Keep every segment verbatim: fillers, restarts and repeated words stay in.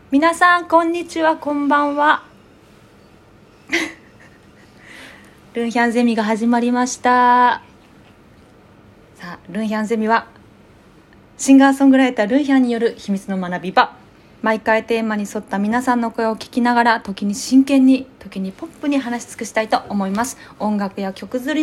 皆さんこんにちは、こんばんは。ルンヒャンゼミが始まりました。さあ、ルンヒャンゼミはシンガーソングライタールンヒャンによる秘密の学び場。毎回テーマに沿った皆さんの声を聞きながら、時に真剣に、時にポップに話し尽くしたいと思います。音楽や曲作り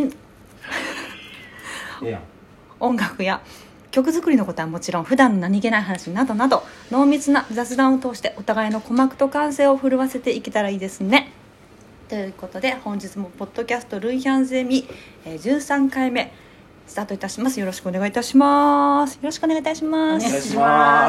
いや音楽や曲作りのことはもちろん、普段の何気ない話などなど、濃密な雑談を通してお互いの鼓膜と感性を震わせていけたらいいですね。ということで、本日もポッドキャストルンヒャンゼミじゅうさんかいめスタートいたします。よろしくお願いいたします。よろしくお願いいたします。 お願いします。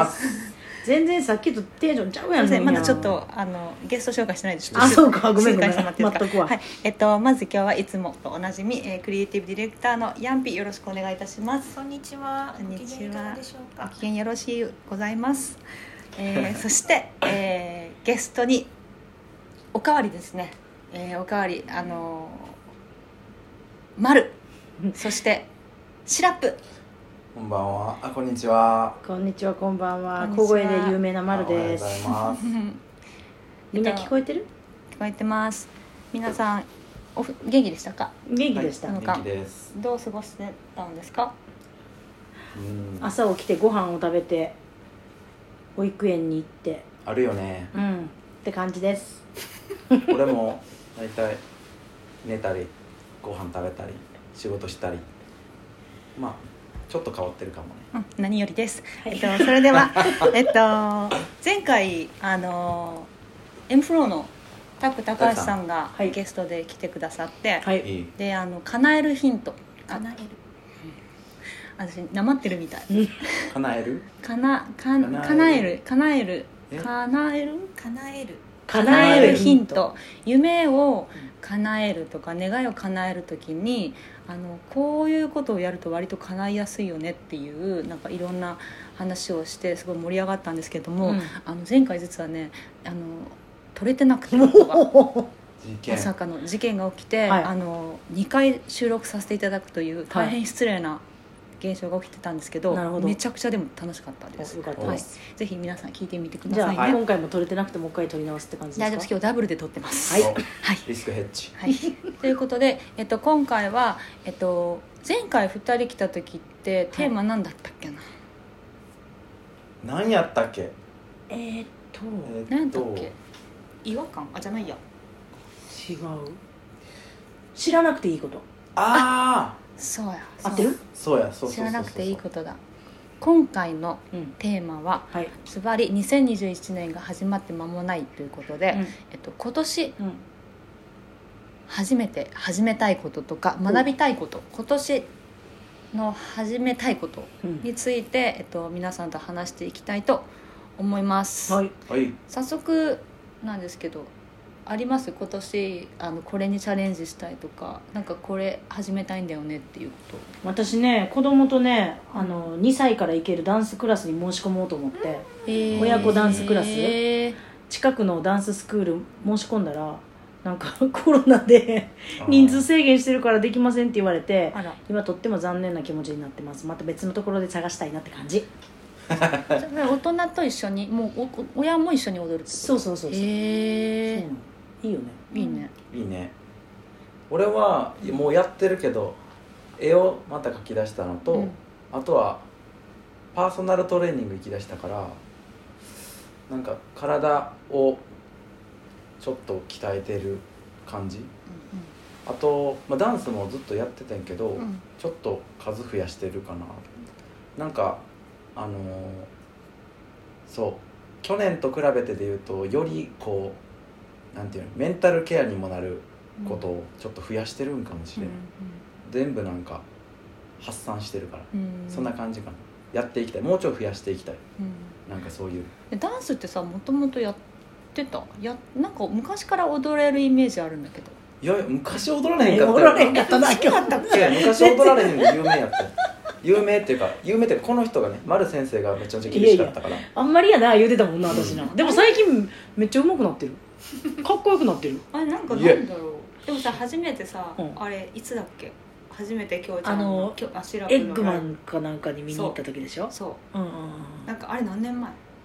全然さっきとテンションちゃうやんね。 まだちょっとあのゲスト紹介してないです。 あ、そうか、ごめんごめん。 静かにしてもらっていいですか。 全くは。 はい、えっとまず今日はいつもとおなじみ、えー、クリエイティブディレクターのヤンピ、よろしくお願いいたします。 こんにちは。 こんにちは。 ご機嫌いかがでしょうか。 ご機嫌よろしいございます。えー、そして、えー、ゲストにおかわりですね。えー、おかわりあのー、マル、そしてシラップ。 こんばんは。あ、こんにちは。 こんにちは、こんばんは。 こんにちは。 小声で有名な丸です。 おはようございます。 みんな聞こえてる？ 聞こえてます。皆さんおふ元気でしたか？ 元気でした。 はい、 元気です。 どう過ごしてたんですか？ うん。 朝起きてご飯を食べて保育園に行って、 あるよね。 うんって感じです。 俺もだいたい寝たり、ご飯食べたり、仕事したり。まあ。ちょっと変わってるかもね、 うん、何よりです、 はい、 えっと、それでは、えっと、前回あの エムフロー のタック高橋さんがゲストで来てくださって、 はい、 であの叶えるヒント、 叶える、 私なまってるみたい。 叶えるかなか叶える叶える叶える叶える叶えるヒント。夢を叶えるとか願いを叶えるときに、あのこういうことをやると割と叶いやすいよねっていう、なんかいろんな話をしてすごい盛り上がったんですけども、うん、あの前回実はね、あの取れてなくてまさかの事件が起きて、はい、あのにかい収録させていただくという大変失礼な現象が起きてたんですけど、はい、めちゃくちゃでも楽しかったです。 よかったです、 はい、ぜひ皆さん聞いてみてくださいね。 じゃあ、はい、今回も撮れてなくてもう一回撮り直すって感じですか？ 大丈夫です。今日ダブルで撮ってます。 はい、 はい、 リスクヘッジ、 はい、ということで、えっと、今回は、えっと、前回ふたり来た時ってテーマ何だったっけな、はい、 何やったっけ？ えー、っと何だっけ？違和感？あ、じゃないや、 違う、知らなくていいこと。 ああ、 そうや、 合ってる？ そうや、そうそうそうそう、 知らなくていいことだ。今回のテーマは、うん、はい、ズバリにせんにじゅういちねんが始まって間もないということで、うん、えっと、今年、うん、初めて始めたいこととか学びたいこと、うん、今年の始めたいことについて、えっと、皆さんと話していきたいと思います。 はい、 早速なんですけど、あります？今年あのこれにチャレンジしたいとか、なんかこれ始めたいんだよねっていうこと。 私ね、子供とね、あのにさいから行けるダンスクラスに申し込もうと思って、親子ダンスクラス、近くのダンススクール申し込んだら、なんかコロナで人数制限してるからできませんって言われて、今とっても残念な気持ちになってます。また別のところで探したいなって感じ。 大人と一緒に、もうお親も一緒に踊るってこと？ そうそうそうそう。 へー、 いいよね。 いいね、 いいね。俺はもうやってるけど、絵をまた描き出したのと、うん、あとはパーソナルトレーニング行き出したから、なんか体をちょっと鍛えてる感じ、うんうん、あと、まあ、ダンスもずっとやってたんやけど、うん、ちょっと数増やしてるかな。なんかあのー、そう去年と比べてでいうと、よりこうなんていうの、メンタルケアにもなることをちょっと増やしてるんかもしれない、うんうん、全部なんか発散してるから、うん、そんな感じかな。やっていきたい、もうちょい増やしていきたい、うん、なんかそういう。 ダンスってさ、もともとやってた？やなんか昔から踊れるイメージあるんだけど。 いや昔踊られへんかった踊られへんかったな、今日。 昔踊られへんの有名やった有名っていうか、有名っていうか、この人がね、丸先生がめちゃめちゃ厳しかったから。いやいや、 あんまりやな言うてたもんな、私な、うん、でも最近めっちゃ上手くなってる。かっこよくなってる。 あれ、なんかなんだろう。でもさ、初めてさ、うん、あれいつだっけ、初めてきょうちゃんのあのあシラフのエッグマンかなんかに見に行った時でしょ。 そう、うんうん、なんかあれ何年前？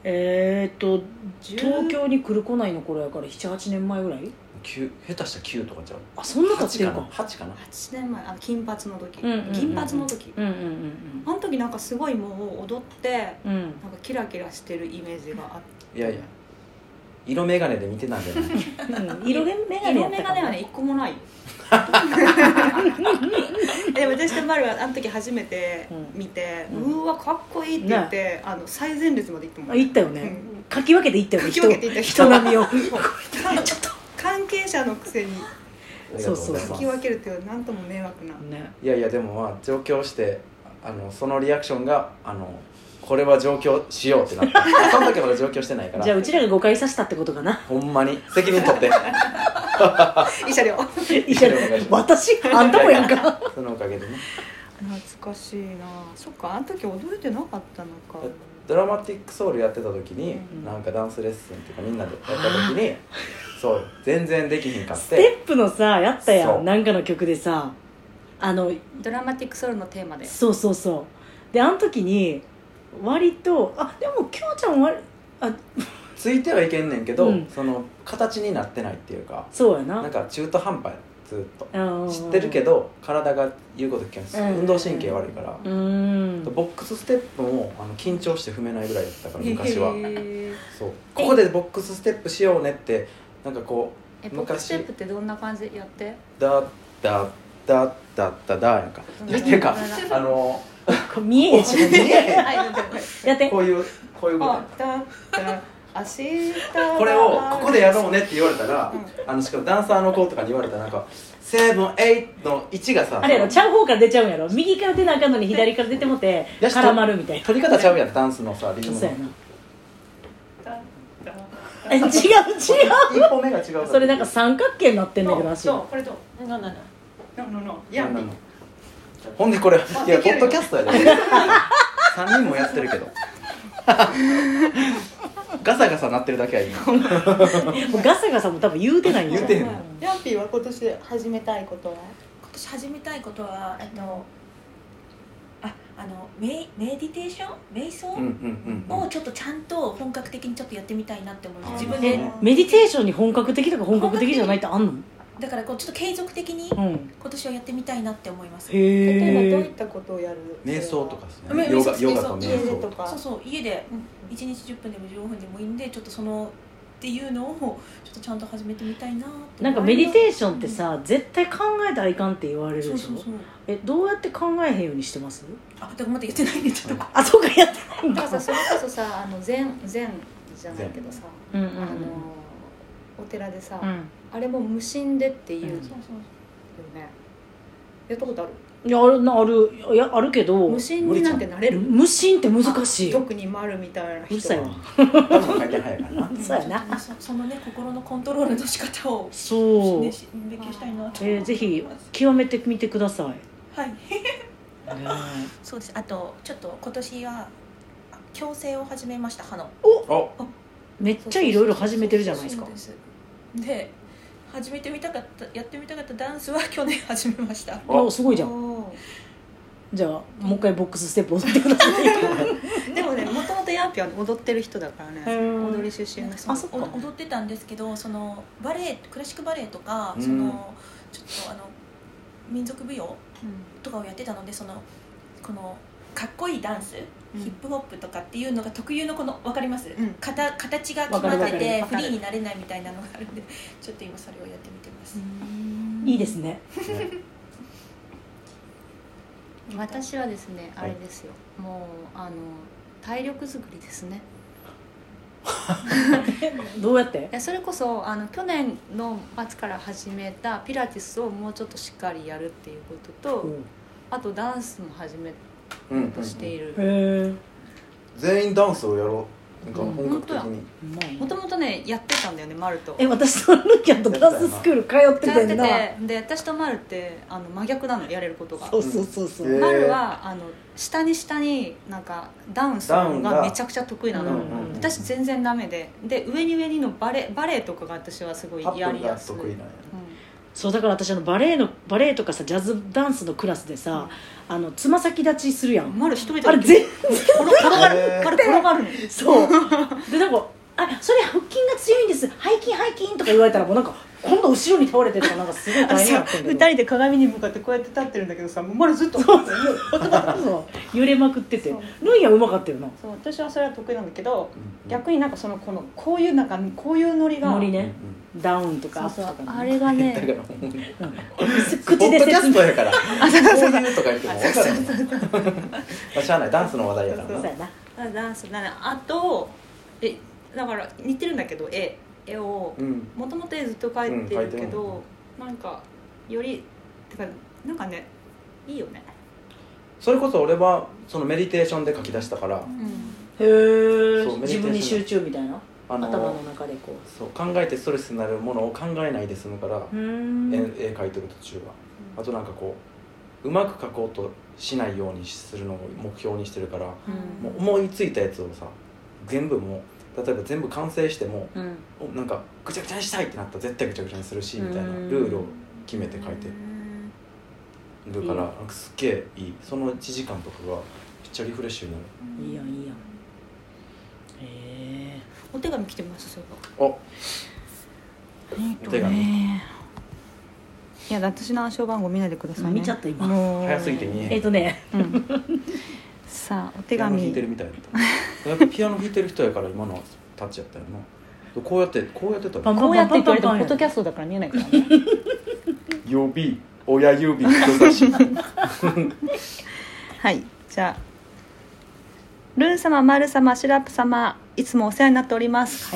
えーっと東京に来る来ないの頃やからななはちねんまえぐらい。 きゅう下手したらきゅうとかちゃう。 あそんな経ってるか。 はちかな。 はちねんまえ、あの金髪の時、 うんうんうんうん、 銀髪の時、 うんうんうんあの時なんかすごいもう踊ってうん、 なんかキラキラしてるイメージがあって、 いやいや色眼鏡で見てたんじゃないうん、色眼鏡や色眼ったかな。 鏡はね一個もないよでも私とマルはあの時初めて見て、 ううんーわかっこいいって言って、ね、あの最前列まで行ってもあ行ったよね、うん、かき分けて行ったよね。 かき分けて行った人並みをちょっと関係者のくせにそうそうそうかき分けるっていうなんとも迷惑な、 ね、 いやいやでもまあ上京してあのそのリアクションがあのこれは上京しようってなったその時まだ上京してないからじゃあうちらが誤解させたってことかな。 ほんまに責任取って慰謝料慰謝料私あんたもやんかそのおかげでね。 懐かしいな。そっかあの時踊れてなかったのか。 ドラマティックソウルやってた時に、 うん、 なんかダンスレッスンっていうかみんなでやった時にそう全然できひんかってステップのさやったやんなんかの曲でさあのドラマティックソウルのテーマでそうそうそうであの時に割とあでもきょうちゃん割あついてはいけんねんけど、 うん、 その形になってないっていうかそうやななんか中途半端やずっと知ってるけど体が言うこと聞けない、うん、運動神経悪いから、 うん、 ボックスステップもあの緊張して踏めないぐらいだったから昔はそうここでボックスステップしようねってなんかこうえボックスステップってどんな感じでやってダッダッダッダッダッダーやんかっていうかあの見えへんし見えやってこういうこういうことこれをここでやろうねって言われたら、うん、あのしかもダンサーの子とかに言われたらなんかセブンエイトのいちがさあれやろちゃう方から出ちゃうんやろ右から出なあかんのに左から出てもて絡まるみたいな取り方ちゃうやんダンスのさリズムのそうやなえ違う違う一歩目が違うそれなんか三角形になってんだけど足そうこれとなんなのいやほんでこれいやポッドキャストやでさんにんもやってるけどガサガサ鳴ってるだけは今もうガサガサも多分言うてないんじゃん。 言うてへんの。 ヤンピーは今年始めたいことは今年始めたいことはえっとああのメメディテーション瞑想、 うんうんうん、 をちょっとちゃんと本格的にちょっとやってみたいなって思います。自分ででメディテーションに本格的とか本格的じゃないってあんの？ だからこうちょっと継続的に今年はやってみたいなって思います。 へー例えばどういったことをやる？ 瞑想とかですね。 ヨガヨガと瞑想とか。 そうそう家でいちにちじゅっぷんでもじゅうごふんでもいいんでちょっとそのっていうのをちょっとちゃんと始めてみたいなって。 なんかメディテーションってさ、うん、絶対考えたらいかんって言われるでしょ。そうそうそう。えどうやって考えへんようにしてます？ あだからまだやってないんでちょっと。 あそうかやってないんだ。 それこそさあの禅禅じゃないけどさ、うんうんうん、あのお寺でさ、うん、あれも無心でっていう、うん、そうそうそうね。やったことある？ いやあるあるいやあるけど無心になんてなれる？ 無心って難しい。 特に丸みたいな人は。 うるさいわ。 回転早いからな。 そうやな。 そ, そのね心のコントロールの仕方をそう、 ね、勉強したいなと。 えー、ぜひ極めてみてください。 はい。そうです。あとちょっと今年は矯正を始めました歯の。 お。おめっちゃいろいろ始めてるじゃないですか。 そうです。で始めてみたかったやってみたかったダンスは去年始めました。 あすごいじゃん。じゃあもう一回ボックスステップ踊ってください。 でもねもともとヤンピは踊ってる人だからね。踊り出身の人。 あそっか。 踊ってたんですけどそのバレエクラシックバレエとか、うん、そのちょっとあの民族舞踊とかをやってたのでそのこのかっこいいダンス、うん、ヒップホップとかっていうのが特有のこの分かります、うん、形, 形が決まっててフリーになれないみたいなのがあるんでちょっと今それをやってみてます。 いいですね。 私はですねあれですよ、はい、もうあの体力作りですね。 どうやって？ いやそれこそあの去年の末から始めたピラティスをもうちょっとしっかりやるっていうことと、うん、あとダンスも始めとしている、 うんうんうん、 全員ダンスをやろうなんか本格的にもともとねやってたんだよねマルと。 え私とルキャンとダンススクール通っててんな。 やっててで私とマルってあの真逆なのやれることが。 そうそうそうそう。 マルはあの下に下になんかダウンするのがめちゃくちゃ得意なの、うんうんうん、私全然ダメでで上に上にのバレバレエとかが私はすごいやりやすい。 得意なんや、 うん、 そうだから私あのバレエのバレエとかさジャズダンスのクラスでさ、うん、あのつま先立ちするやん。 まだ一人であれ全然転がるあれ転がるの。 そうでなんかあそれ腹筋が強いんです背筋背筋とか言われたらもうなんか今度後ろに倒れてるからなんかすごい大変やってんだけどふたりで鏡に向かってこうやって立ってるんだけどさもうまだずっとそうそう揺れまくっててルイはうまかったよな。 そう私はそれは得意なんだけど、うん、逆になんかそのこのこういうなんかこういうノリがノリね、うん、ダウンとかアップとか、ね、 そうそうあれがねだからもう、 うん、口で説明ポッドキャストやからこういうとか言っても分からないまあしゃあないダンスの話題やからな。 そうやなダンスだね。あとえだから似てるんだけど絵絵をもともと絵ずっと描いてるけど、うん、なんかよりてかなんかねいいよね。 それこそ俺はそのメディテーションで書き出したから、うん、 へえ自分に集中みたいなあの頭の中でこうそう考えてストレスになるものを考えないで済むから絵描いてる途中は、うん、あとなんかこううまく描こうとしないようにするのを目標にしてるから、うん、もう思いついたやつをさ全部もう例えば全部完成しても、うん、なんかぐちゃぐちゃにしたいってなったら絶対ぐちゃぐちゃにするしみたいなルールを決めて書いてるからなんかすっげえいい。そのいちじかんとかがめっちゃリフレッシュになる。 いいやんいいやん。へえお手紙来てます。それがおお手紙いや私の暗証番号見ないでくださいね。 見ちゃった今早すぎて見えへん。 えっとね、うん、 さあお手紙ピアノ弾いてるみたいだったやっぱピアノ弾いてる人やから今のタッチやったよな。こうやってこうやってたらこうやってって言われてもポッドキャストだから見えないからね指親指人差しはいじゃあルン様、マル様、シラップ様いつもお世話になっております、 はい、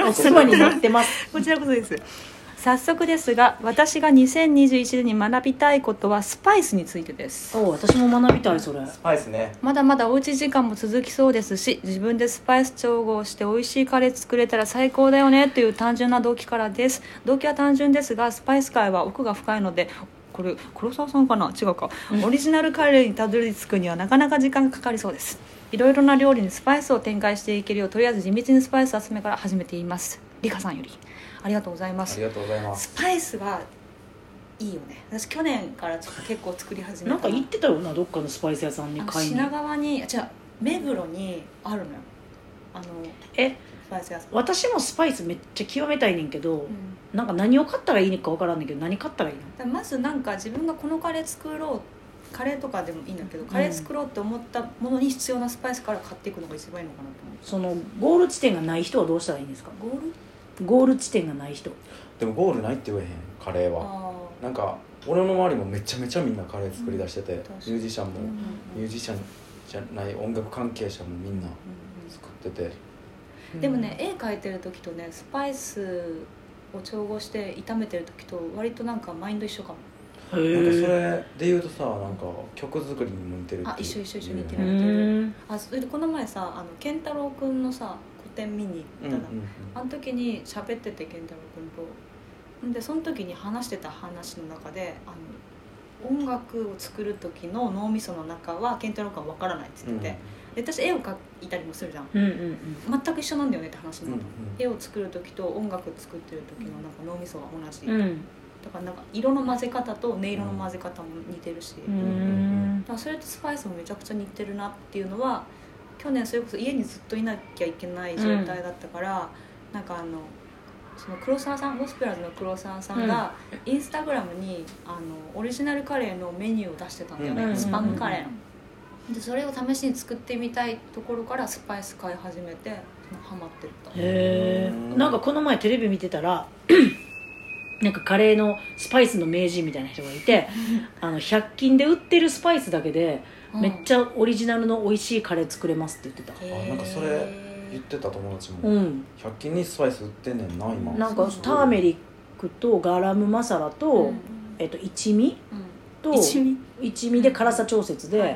お世話になってますこちらこそです。早速ですが私がにせんにじゅういちねんに学びたいことはスパイスについてです。 お私も学びたいそれ。 スパイスね。 まだまだおうち時間も続きそうですし自分でスパイス調合して美味しいカレー作れたら最高だよねという単純な動機からです。動機は単純ですがスパイス界は奥が深いのでこれ黒沢さんかな違うか、うん、オリジナルカレーにたどり着くにはなかなか時間がかかりそうです。いろいろな料理にスパイスを展開していけるようとりあえず地道にスパイス集めから始めています。リカさんよりありがとうございます。 ありがとうございます。 スパイスがいいよね。私去年からちょっと結構作り始めた。 なんか行ってたよなどっかのスパイス屋さんに買いに。 品川にじゃあ目黒にあるのよ。あのえスパイス屋さん。 私もスパイスめっちゃ極めたいねんけど、うん、なんか何を買ったらいいのか分からんねんけど何買ったらいいの？ まずなんか自分がこのカレー作ろうカレーとかでもいいんだけどカレー作ろうって思ったものに必要なスパイスから買っていくのが一番いいのかなと思う。 そのゴール地点がない人はどうしたらいいんですか？ ゴールゴール地点がない人。 でもゴールないって言えへんカレーは。なんか俺の周りもめちゃめちゃみんなカレー作り出してて、うん、ミュージシャンも、うんうんうん、ミュージシャンじゃない音楽関係者もみんな作ってて、 うん、でもね絵描いてる時とねスパイスを調合して炒めてる時と割となんかマインド一緒かも。 なんかそれで言うとさなんか曲作りにも似てるって。 あ一緒一緒一緒似てる似てる。あそれでこの前さあの健太郎くんのさ個展見に行ったら、うんうんうん、あの時に喋ってて健太郎くんとでその時に話してた話の中であの音楽を作る時の脳みその中は健太郎くんは分からないって言ってて、うん、で私絵を描いたりもするじゃん、うんうんうん、全く一緒なんだよねって話になった、うんうん、絵を作る時と音楽作ってる時のなんか脳みそは同じ、うんだからなんか色の混ぜ方と音色の混ぜ方も似てるし、うん、だからそれとスパイスもめちゃくちゃ似てるなっていうのは去年それこそ家にずっといなきゃいけない状態だったから、うん、なんかあのその黒沢さんゴスペラーズの黒沢さんがインスタグラムにあのオリジナルカレーのメニューを出してたんだよね、うん、スパムカレーのでそれを試しに作ってみたいところからスパイス買い始めてハマってった。 へーなんかこの前テレビ見てたらなんかカレーのスパイスの名人みたいな人がいてあのひゃく均で売ってるスパイスだけでめっちゃオリジナルの美味しいカレー作れますって言ってた。 あなんかそれ言ってた友達も、うん、ひゃく均にスパイス売ってんねんな今。 なんかターメリックとガラムマサラと、うんえっと、一味、うん、と一味一味で辛さ調節で、うんはいはい、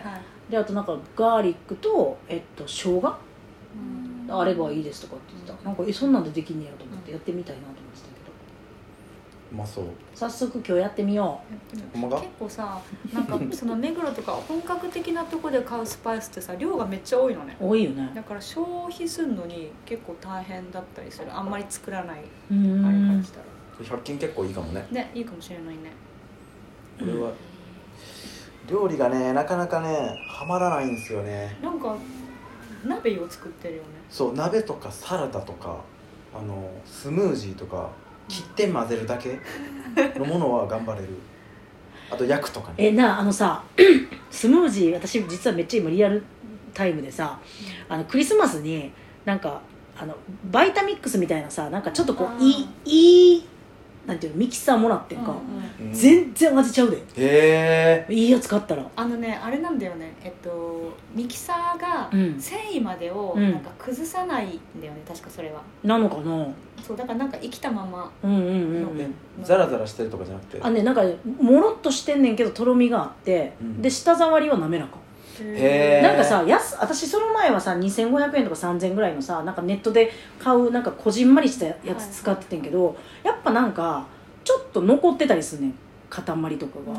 であとなんかガーリックと、えっと、生姜、うん、あればいいですとかって言ってた。なんかえそんなんでできんねやと思ってやってみたいなと思ってたけどうまそう。 早速今日やってみよう。結構さなんかその目黒とか本格的なとこで買うスパイスってさ量がめっちゃ多いのね。 多いよね。 だから消費するのに結構大変だったりする。あんまり作らないあれからしたら。 ひゃく均結構いいかもね。 ね、いいかもしれないね。 これは、うん、料理がねなかなかねハマらないんですよね。 なんか鍋を作ってるよね。 そう鍋とかサラダとかあのスムージーとか切って混ぜるだけのものは頑張れる。あと焼くとかね。 えなあのさスムージー私実はめっちゃ今リアルタイムでさ、あのクリスマスになんかあのバイタミックスみたいなさなんかちょっとこういいいいなんていうのミキサーもらってんか、うんうん、全然味ちゃうで。 へえ。 いいやつ買ったらあのねあれなんだよね、えっとミキサーが繊維までをなんか崩さないんだよね、うん、確かそれはなのかな。 そうだからなんか生きたままうんうんうん、 ね、ザラザラしてるとかじゃなくてあねなんかもろっとしてんねんけどとろみがあって、うん、で舌触りは滑らか。 へー。 なんかさ安私その前はさにせんごひゃくえんとかさんぜんえんぐらいのさなんかネットで買うなんかこじんまりしたやつ使っててんけど、はい、やっぱなんかちょっと残ってたりするねん塊とかが、うん、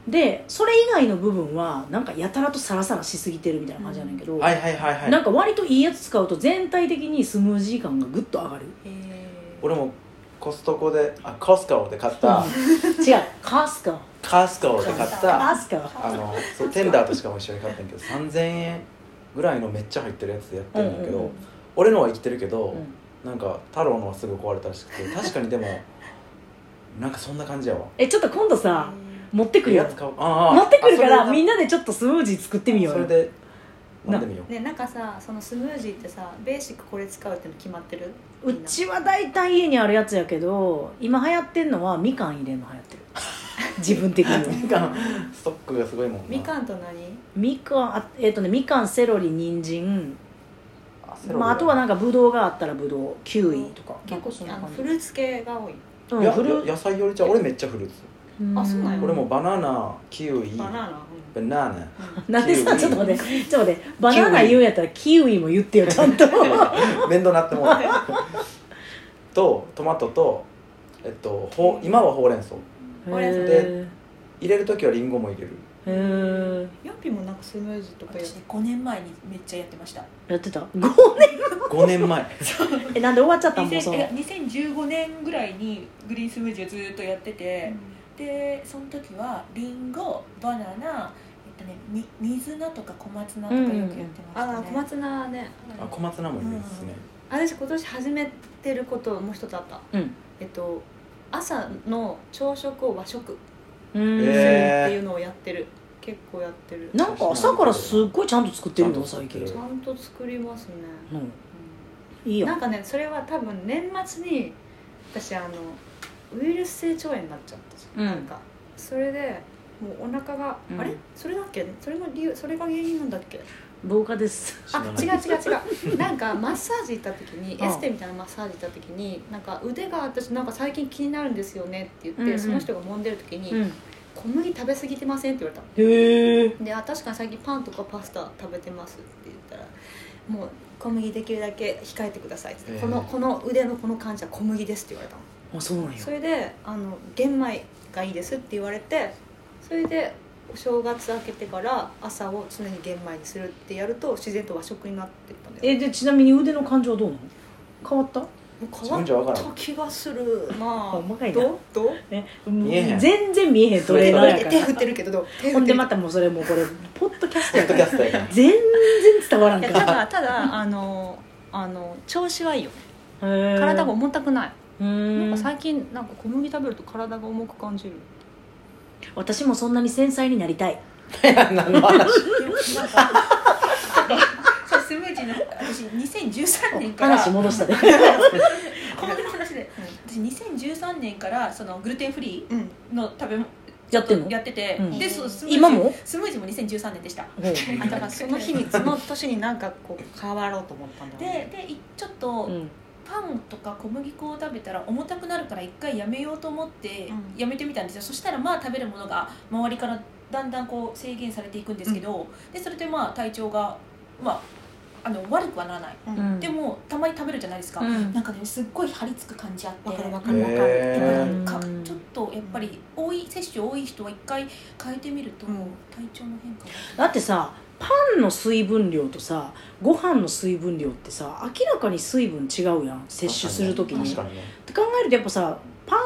でそれ以外の部分はなんかやたらとサラサラしすぎてるみたいな感じなんだけど、うん、 はいはいはいはい。 なんか割といいやつ使うと全体的にスムージー感がグッと上がる。 俺もコストコであコスコで買った、 うん、違うコスコカスコで買ったコスコあのそうテンダーとしかも一緒に買ったんやけどさんぜんえんぐらいのめっちゃ入ってるやつでやってるんだけど、うんうんうん、俺のは生きてるけど、うん、なんか太郎のはすぐ壊れたらしくて確かにでもなんかそんな感じやわ。 えちょっと今度さ持ってくるよ。 やつ買うあ持ってくるからみんなでちょっとスムージー作ってみようよ。 それで飲んでみよう。 ね、なんかさそのスムージーってさベーシックこれ使うっての決まってる？ うちは大体家にあるやつやけど今流行ってんのはみかん入れるの流行ってる自分的にみかんストックがすごいもんな。 みかんと何？ みかんあ、えーとね、みかんセロリ人参 あ,、まあ、あとはなんかブドウがあったらブドウキウイとか結構そんな感じ。フルーツ系が多い。 うん、 いやフル野菜よりちゃう俺めっちゃフルーツ。 あそうなんや。 俺もバナナキウイバナナバナナ、 うん、なんでさちょっと待ってちょっと待ってバナナ言うんやったらキウイも言ってよちゃんと面倒なってもとトマトとえっとほ今はほうれん草ほうれん草で入れるときはリンゴも入れる。 へー。 ヤッピーもなんかスムージーとかや私ごねんまえにめっちゃやってました。 やってたごねんごねんまええなんで終わっちゃったん？もうそのにせんじゅうごねんぐらいにグリーンスムージーをずっとやってて、うん、でその時はリンゴバナナ、えっとね、み水菜とか小松菜とかよくやってましたね、 うん、あ小松菜ね。 あ小松菜もいいですね、 うん、私今年始めてることもう一つあった、うん、えっと朝の朝食を和食するっていうのをやってる。結構やってる。 なんか朝からすっごいちゃんと作ってるの最近。 ちゃんと作りますね、 うんうん、いいよ。 なんかねそれは多分年末に私あのウイルス性腸炎になっちゃったじゃん、うん、なんかそれでもうお腹が、うん、あれそれだっけそれが理由それが原因なんだっけ。 老化です。 あ違う違う違うなんかマッサージ行った時にエステみたいなマッサージ行った時になんか腕が私なんか最近気になるんですよねって言って、うんうん、その人が揉んでる時に、うん小麦食べ過ぎてませんって言われたの。 へえ。 であ確かに最近パンとかパスタ食べてますって言ったらもう小麦できるだけ控えてくださいって、このこの腕のこの患者小麦ですって言われたの。 あそうなんや。 それであの玄米がいいですって言われてそれでお正月明けてから朝を常に玄米にするってやると自然と和食になっていったんだよ。 えでちなみに腕の感情はどうなの？変わった？ 変わった気がするなあ。どどうえ見えへん全然見えへんトレーナーやから手振ってるけどほんでまたもうそれもうこれポッドキャストやから全然伝わらんからただただあのあの調子はいいよね。体が重たくない。なんか最近なんか小麦食べると体が重く感じる。 私もそんなに繊細になりたい。 何の話スムージーの私にせんじゅうさんねんから話戻したねこの話で、うん、私にせんじゅうさんねんからそのグルテンフリーの食べ物やってんのやってて、うん、でそスムージー今もスムージーもにせんじゅうさんねんでした。あだからその日にその年になんかこう変わろうと思ったんだよね。 ででちょっと、うん、パンとか小麦粉を食べたら重たくなるから一回やめようと思ってやめてみたんですよ、うん、そしたらまあ食べるものが周りからだんだんこう制限されていくんですけど、うん、でそれでまあ体調がまああの悪くはならない、うん、でもたまに食べるじゃないですか、うん、なんかねすっごい張り付く感じあってわかるわかるわかる。 なんかちょっとやっぱり多い摂取多い人は一回変えてみると、うん、体調の変化がだってさパンの水分量とさご飯の水分量ってさ明らかに水分違うやん摂取するときに。 確かにね。 って考えるとやっぱさパン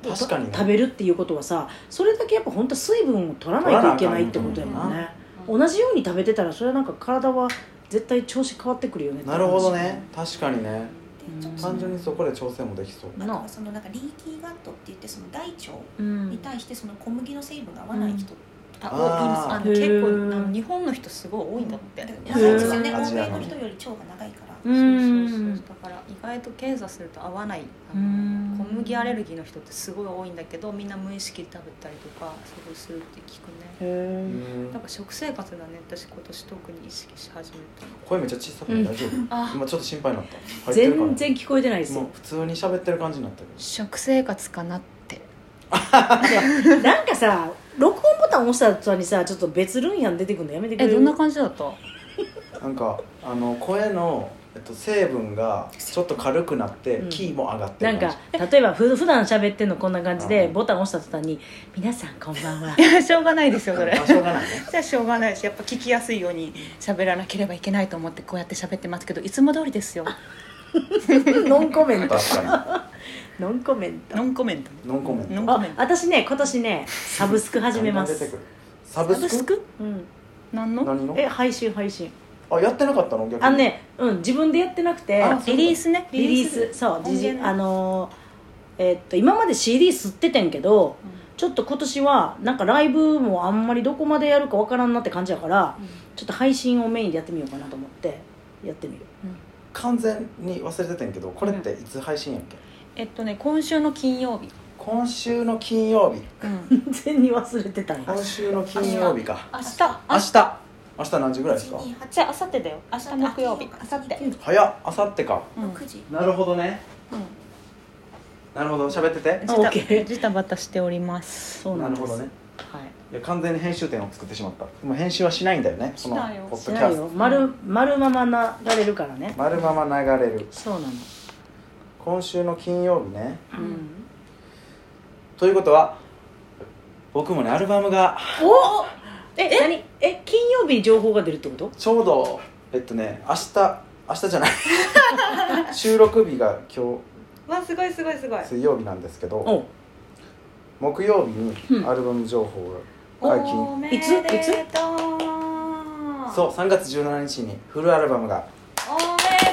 確かにね食べるっていうことはさ、それだけやっぱ本当は水分を取らないといけないってことやもんね、うん、同じように食べてたらそれはなんか体は絶対調子変わってくるよね。 なるほどね、確かにね、単純にそこで調整もできそう。 なんかそのなんかリーキーガットって言って、その大腸に対してその小麦の成分が合わない人、 あああの結構あの日本の人すごい多いんだって。 長いですよね、欧米の人より腸が長いから。 そうそうそうだから意外と検査すると合わない、あの小麦アレルギーの人ってすごい多いんだけど、みんな無意識で食べたりとかすごいするって聞くね。へえ。なんか食生活だね、私今年特に意識し始めたの。 声めっちゃ小さくて大丈夫、うん、今ちょっと心配になった。 全然聞こえてないですよ。 もう普通に喋ってる感じになったけど。 食生活かなってなんかさ、録音ボタン押した後にさ、ちょっと別ルンヤン出てくるのやめてくれる？ え、どんな感じだった？ なんかあの声の、えっと、成分がちょっと軽くなって、うん、キーも上がってる感じ。なんか例えばふ普段喋ってんのこんな感じでボタン押した途端に「皆さんこんばんは」 いやしょうがないですよそれ。 しょうがないね。 じゃあしょうがないし、やっぱ聞きやすいように喋らなければいけないと思ってこうやって喋ってますけど、いつも通りですよ。 ノンコメント。 確かにノンコメントノンコメントノンコメント。 あ、私ね今年ねサブスク始めます。 サブスク？ うん。 何の？ 何の？ え、配信配信。 あ、やってなかったの？逆に。 あのね、うん、自分でやってなくて、 リリースね、 リリース、そう、じじあのー、えー、っと今まで シーディー 吸っててんけど、うん、ちょっと今年はなんかライブもあんまりどこまでやるかわからんなって感じやから、うん、ちょっと配信をメインでやってみようかなと思ってやってみる。うん、 完全に忘れてたんやけど、これっていつ配信やっけ？ うん、えっとね、今週の金曜日。 今週の金曜日。 うん、完全に忘れてたんや。 今週の金曜日か。 明日。 明日。明日何時ぐらいですか？ じゃあ明後日だよ。明日木曜日。明後日。 早っ。明後日か。 うん、 くじ。 なるほどね。うん。なるほど、喋ってて。 ジタジタバタしております。 そうなんです。 なるほどね。 はい。 いや完全に編集点を作ってしまった。もう編集はしないんだよね。 しないよ。 ポッドキャスト。 丸丸まま流れるからね。 丸まま流れる。 そうなの。 今週の金曜日ね。 うん。 ということは僕もねアルバムが。 お。え、え、何？え、金曜日に情報が出るってこと？ ちょうどえっとね明日明日じゃない収録日が今日わすごいすごいすごい水曜日なんですけど、木曜日にアルバム情報が解禁、 うん、いついつそうさんがつじゅうしちにちにフルアルバムがおめ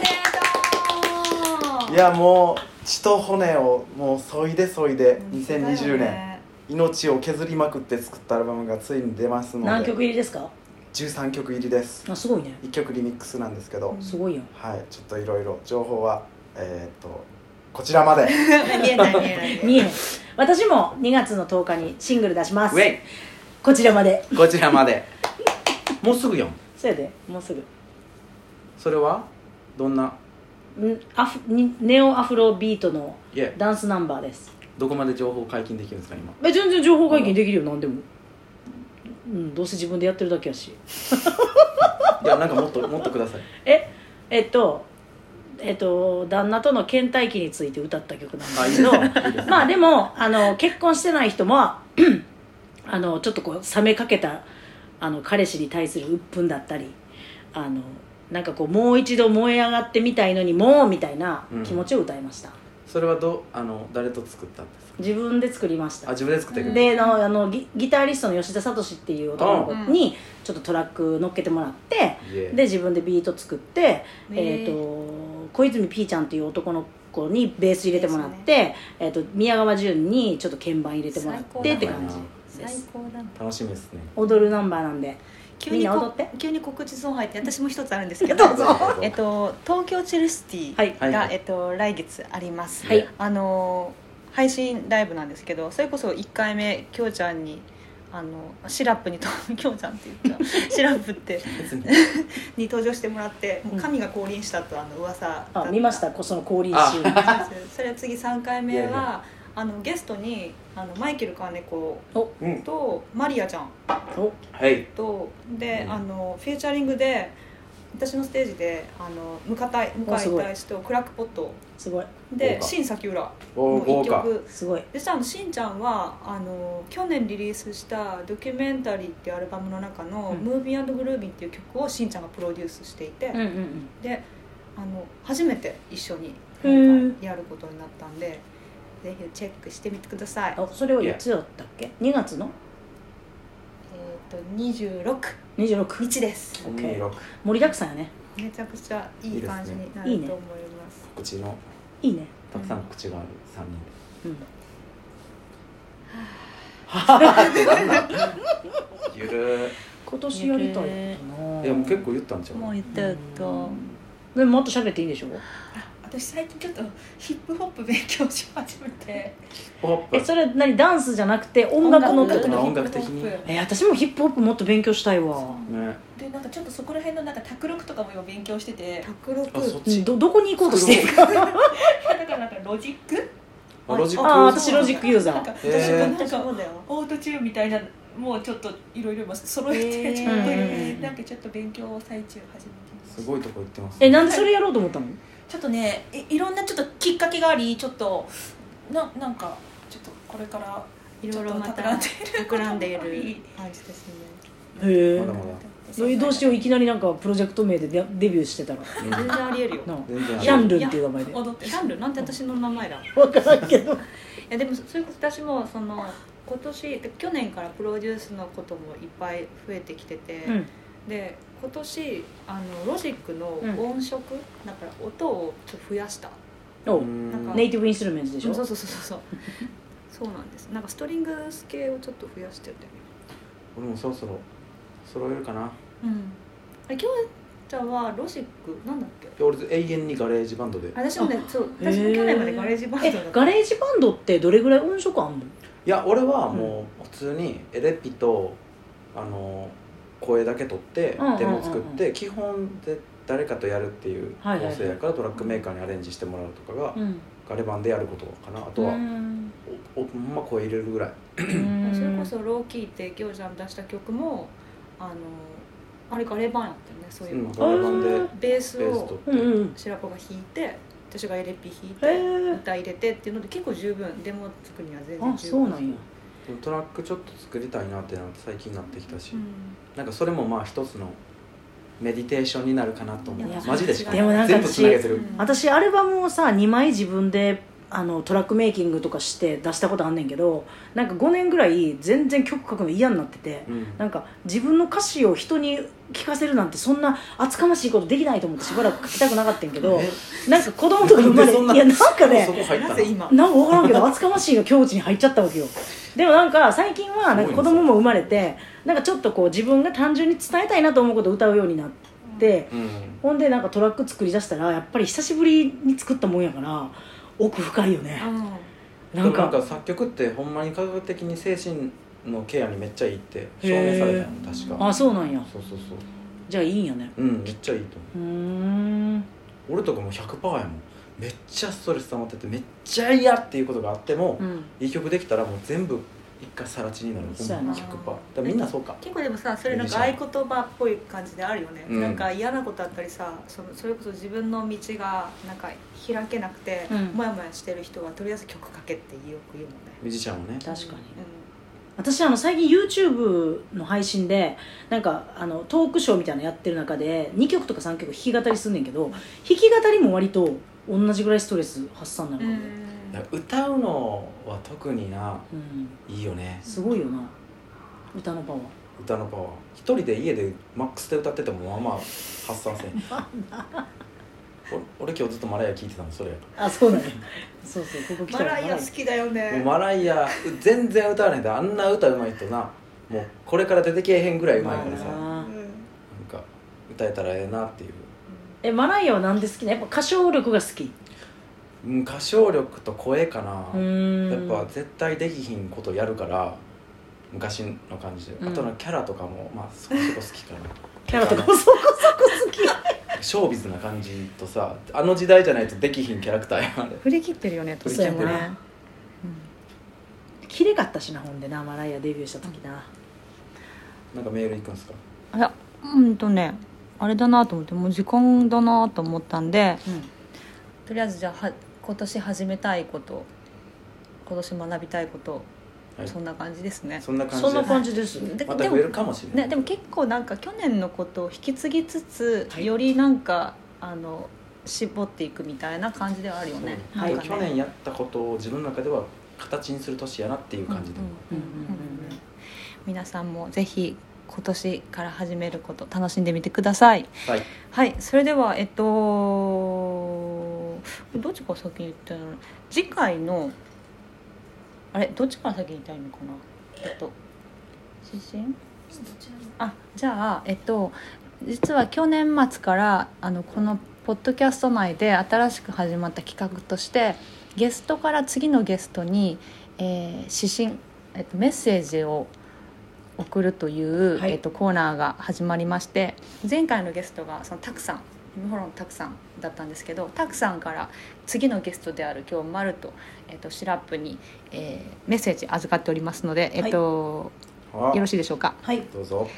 でとう。 いやもう血と骨をもうそいでそいでにせんにじゅうねん命を削りまくって作ったアルバムがついに出ますので。 何曲入りですか？ じゅうさんきょく入りです。 あ、すごいね。 いっきょくリミックスなんですけど、 うん、すごいよ。 はい、ちょっといろいろ情報はえー、っとこちらまで見えない見えない見えない。私もにがつのとおかにシングル出します。 ウェイこちらまでこちらまでもうすぐよ。 そうやで、もうすぐ。 それはどんな？んアフネオアフロビートの Yeah. ダンスナンバーです。 どこまで情報解禁できるんですか今？ え、全然情報解禁できるよ、何でも。うん、どうせ自分でやってるだけやし。 いや、なんかもっともっとください。 え、えっとえっと旦那との倦怠期について歌った曲なんですけど、あ、いいですね、まあでもあの結婚してない人もあのちょっとこう冷めかけたあの彼氏に対する鬱憤だったり、あのなんかこうもう一度燃え上がってみたいのにもうみたいな気持ちを歌いました。うん、 それはどあの誰と作ったんですか？ 自分で作りました。 あ、自分で作ってくでのあの ギ, ギタリストの吉田聡っていう男の子にちょっとトラック乗っけてもらって、うん、で自分でビート作って、えー、と小泉 P ちゃんっていう男の子にベース入れてもらって、ね、えー、と宮川純にちょっと鍵盤入れてもらってって感じです。 最高だな。 楽しみですね。 踊るナンバーなんでみんな踊って。 急に告知ゾーン入って私も一つあるんですけどどうぞ。えっと、東京チェルシティが、はい、えっと、来月あります、はい、あの配信ライブなんですけど、それこそいっかいめきょうちゃんにあのシラップにきょうちゃんって言っちゃうシラップってに登場してもらってもう神が降臨したとあの噂だった。 あ、見ました、その降臨シーン。 それ次さんかいめはあのゲストにあのマイケル・カーネコとマリアちゃんとで、あのフィーチャリングで私のステージであの向かたい向井大志とクラックポットすごいで新崎浦のいっきょくすごいでさ、あのしんちゃんはあの去年リリースした「ドキュメンタリー」っていうアルバムの中の「うん、ムービー&グルービー」っていう曲をしんちゃんがプロデュースしていて、うんうんうん、であの初めて一緒にやることになったんで、 ぜひチェックしてみてください。 あ、それはいつだったっけ？にがつのえっ、ー、とにじゅうろくにちです。 にじゅうろく盛りだくさんやね。 めちゃくちゃいい感じになると思います。 告知のいいね。 たくさん告知があるさんにんで。うん。ゆる今年やりたいな。 いやもう結構言ったんちゃう。 もう言った言った。 でももっと喋っていいんでしょ。 私最近ちょっとヒップホップ勉強し始めて。 ヒップホップ。 え、それ何ダンスじゃなくて音楽の音楽音楽的に。 え、私もヒップホップもっと勉強したいわ。 ね。 でなんかちょっとそこら辺のなんか卓録とかも今勉強してて。 卓録。 どどこに行こうとしてるか。だからなんかロジック。 ロジック。 あ、私ロジックユーザー。 なんか私もなんかオートチューンみたいな。もうちょっといろいろ揃えてちょっとなんかちょっと勉強を最中始めてます。 すごいとこ行ってます、 ね。え、なんでそれやろうと思ったの？ ちょっとね い, いろんなちょっときっかけがありちょっとななんかちょっとこれからいろいろまた企んでいる感じですね。 へえ。まだまだ。どうしよういきなりなんかプロジェクト名でデビューしてたら。 全然ありえるよ。 ヒャンルンっていう名前で。 ヒャンルンなんて私の名前だ。 わからんけど。いやでもそういうこと私もその。今年去年からプロデュースのこともいっぱい増えてきてて、うん、で今年あのロジックの音色、うん、だから音をちょっと増やした。 おなんかネイティブインストゥルメンツでしょ。うん、 そうそうそうそうそうなんです。なんかストリングス系をちょっと増やしてて。 俺もそろそろ揃えるかな。 うん。あれ今日じゃあはロジックなんだっけ？ 俺永遠にガレージバンドで。 私もねそう私も去年までガレージバンドだった。 えガレージバンドってどれぐらい音色あんの？ いや俺はもう普通にエレピとあの声だけ取ってデモ作って基本で誰かとやるっていう構成やからトラックメーカーにアレンジしてもらうとかがガレ版でやることかな。あとはおおまあ声入れるぐらい。 それこそローキーってギョージャン出した曲もあのあれガレ版やったよね。そういうの、 うん、ガレ版でベースを白子が弾いて私がエレピ弾いて歌入れてっていうので結構十分デモ作るには全然十分。 あ、そうなんや。 トラックちょっと作りたいなってなって最近なってきたし、うん、なんかそれもまあ一つのメディテーションになるかなと思う。マジでしか全部つなげてる。 私アルバムをさにまい自分であのトラックメイキングとかして出したことあんねんけど、なんかごねんぐらい全然曲書くの嫌になってて、うん、なんか自分の歌詞を人に聞かせるなんてそんな厚かましいことできないと思ってしばらく書きたくなかったんけどなんか子供とか生まれいやなんかねなぜ今なんか分からんけど厚かましいが境地に入っちゃったわけよ。でもなんか最近はなんか子供も生まれてなんかちょっとこう自分が単純に伝えたいなと思うことを歌うようになって、うん、ほんでなんかトラック作り出したらやっぱり久しぶりに作ったもんやから奥深いよね。 うん、なんかなんか作曲ってほんまに科学的に精神のケアにめっちゃいいって証明されたの確か。 あ、そうなんや。 そうそうそう。じゃあいいんやね。 うん、めっちゃいいと思う。うーん、俺とかも ひゃくパーセント やもん。めっちゃストレス溜まっててめっちゃ嫌っていうことがあっても、うん、いい曲できたらもう全部一回さら地になる。ほんまに ひゃくパーセント。だからみんなそうか。 結構でもさそれなんか合言葉っぽい感じであるよね。うん、なんか嫌なことあったりさ、そのそれこそ自分の道がなんか開けなくて、うん、もやもやしてる人はとりあえず曲かけってよく言うもんね。 ミュージシャンもね。 確かに。うん、私あの最近 YouTube の配信でなんかあのトークショーみたいなのやってる中でにきょくとかさんきょく弾き語りすんねんけど、弾き語りも割と同じぐらいストレス発散なのかも。 歌うのは特にな、うん、いいよね。 すごいよな歌のパワー。 歌のパワー一人で家でマックスで歌っててもまあまあ発散せん俺今日ずっとマライア聴いてたのそれやから。 あ、そうなんやそうそうここ来たらマライア好きだよね。 もうマライア全然歌わないであんな歌うまい人なもうこれから出てけえへんぐらいうまいからさ、なんか歌えたらええなっていう。 えマライアはなんで好きなやっぱ歌唱力が好き？ うん、歌唱力と声かな。やっぱ絶対できひんことやるから昔の感じで、うん、あとのキャラとかもまあそこそこ好きかなキャラとかもそこそこ好きショービズな感じとさあの時代じゃないとできひんキャラクターやあれ振り切ってるよね。 そうやもんね、うん、きれかったしな。ほんでなマライアデビューした時な、うん、 なんかメールいくんすか？ いやうんとねあれだなと思ってもう時間だなと思ったんで、うん、とりあえずじゃあは今年始めたいこと今年学びたいこと、はい、そんな感じですね。 そんな感じで, そんな感じです、 でまた増えるかもしれない。 で も,、ね、でも結構なんか去年のことを引き継ぎつつ、はい、よりなんかあの絞っていくみたいな感じではあるよね。 はい、去年やったことを自分の中では形にする年やなっていう感じで、 皆さんもぜひ今年から始めること楽しんでみてください。 はい、 はい、それではえっとどっちから先に言ったの？次回のあれどっちから先に言いたいのかな。えっと指針？あ、じゃあえっと実は去年末からあのこのポッドキャスト内で新しく始まった企画としてゲストから次のゲストに、えー、指針、えっと、メッセージを送るという、はい、えっと、コーナーが始まりまして、前回のゲストがそのタクさんムホロンタクさんだったんですけど、タクさんから次のゲストである今日マルと、えっと、シラップに、えー、メッセージ預かっておりますので、えっとはい、よろしいでしょうか。 はい、どうぞ。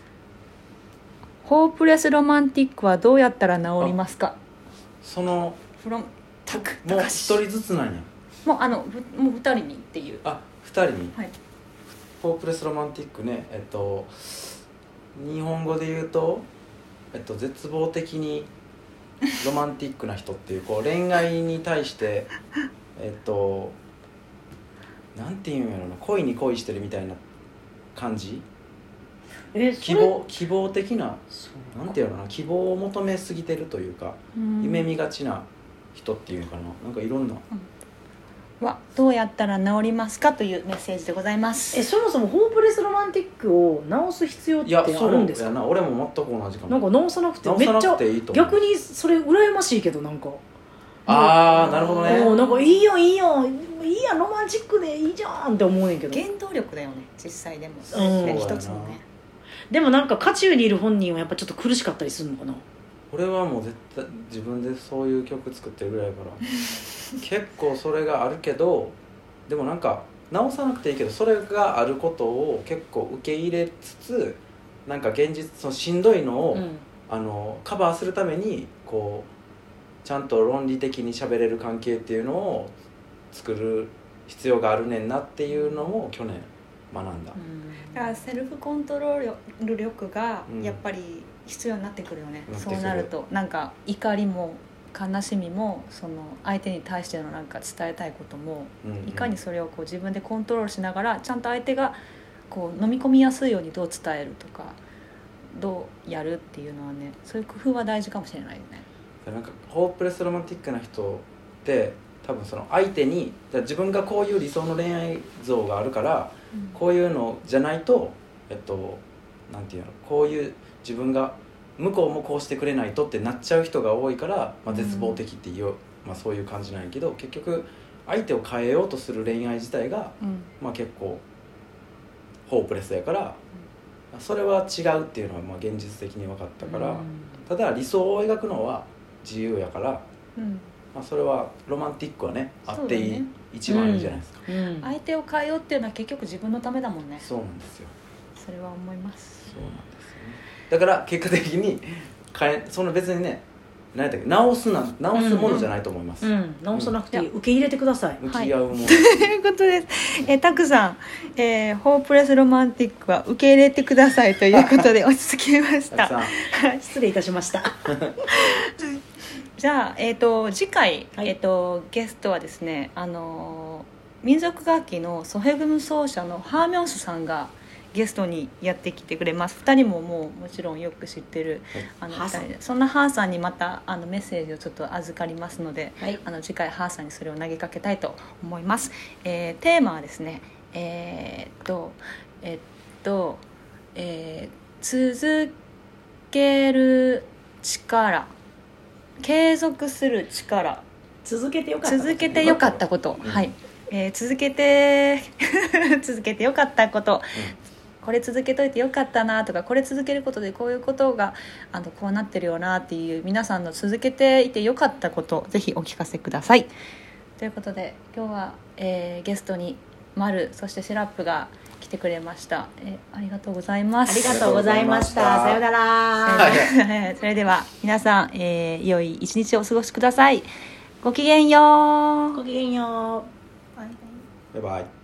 ホープレスロマンティックはどうやったら治りますか。 そのフロンタクもう一人ずつなんや。 もうあのもう二人にっていう。 あ、二人に。 はい。 ホープレスロマンティックね、えっと日本語で言うと、えっと絶望的にロマンティックな人っていうこう恋愛に対してえっとなんていうんやろな、恋に恋してるみたいな感じ。 え希望希望的な、なんていうのかな、希望を求めすぎてるというか、うん、夢見がちな人っていうかな、なんかいろんな、 うん、はどうやったら治りますかというメッセージでございます。 えそもそもホープレスロマンティックを治す必要ってあるんですか。 いやそうやな、俺も全く同じかも。 なんか治さなくてめっちゃ逆にそれ羨ましいけど、なんかああなるほどね。 もうなんかいいよいいよいいやロマンチックでいいじゃんって思うねんけど、 原動力だよね実際でも、 うん、 一つのね。 でもなんか渦中にいる本人はやっぱちょっと苦しかったりするのかな。 俺はもう絶対自分でそういう曲作ってるぐらいだから結構それがあるけど、でもなんか直さなくていいけどそれがあることを結構受け入れつつ、なんか現実そのしんどいのを、うん、あのカバーするためにこうちゃんと論理的に喋れる関係っていうのを作る必要があるねんなっていうのを去年学んだ。 うん、だからセルフコントロール力がやっぱり必要になってくるよね、うん、そうなるとなんか怒りも悲しみもその相手に対してのなんか伝えたいことも、うんうん、いかにそれをこう自分でコントロールしながらちゃんと相手がこう飲み込みやすいようにどう伝えるとかどうやるっていうのはね、そういう工夫は大事かもしれないよね。 なんかホープレスロマンティックな人って多分その相手にじゃあ自分がこういう理想の恋愛像があるから、うん、こういうのじゃないとえっとなんていうの、こういう自分が向こうもこうしてくれないとってなっちゃう人が多いから、まあ、絶望的っていう、うん、まあ、そういう感じなんやけど、結局相手を変えようとする恋愛自体が、うん、まあ、結構ホープレスやから、うん、それは違うっていうのはまあ現実的に分かったから、うん、ただ理想を描くのは自由やから、うん、まあ、それはロマンティックはねあっていい、ね、一番いいじゃないですか、 うんうん、相手を変えようっていうのは結局自分のためだもんね。 そうなんですよ。 それは思います。 そうなんですよね。だから結果的に変えその別にね、何やったっけ、直すな直すものじゃないと思います、 うんうん、直さなくていい、うん、受け入れてください。 向き合うもの、はい、 ということです、えー、タクさん、えー、ホープレスロマンティックは受け入れてくださいということで落ち着きました失礼いたしましたじゃあ、えー、と次回、はい、えー、とゲストはですね、あのー、民族楽器のソヘグム奏者のハーミョンスさんがゲストにやってきてくれます。ふたりももうもちろんよく知ってる、はい、あのふたりで、そんなハーさんにまたあのメッセージをちょっと預かりますので、はい、あの次回ハーさんにそれを投げかけたいと思います、えー、テーマはですね、えー、っとえー、っと、えー、続ける力、継続する力、 続けてよかったこと、 続けてよかったこと、うん、はい、えー、続けて続けてよかったこと、うん、これ続けといてよかったなとか、これ続けることでこういうことがあのこうなってるよなっていう皆さんの続けていてよかったこと、ぜひお聞かせください。ということで今日は、えー、ゲストにマル、そしてシラップが来てくれました、えー、ありがとうございます。 ありがとうございました。さようなら。 それでは皆さん、えー、良い一日をお過ごしください。ごきげんよう。 ごきげんよう。 バイバイ。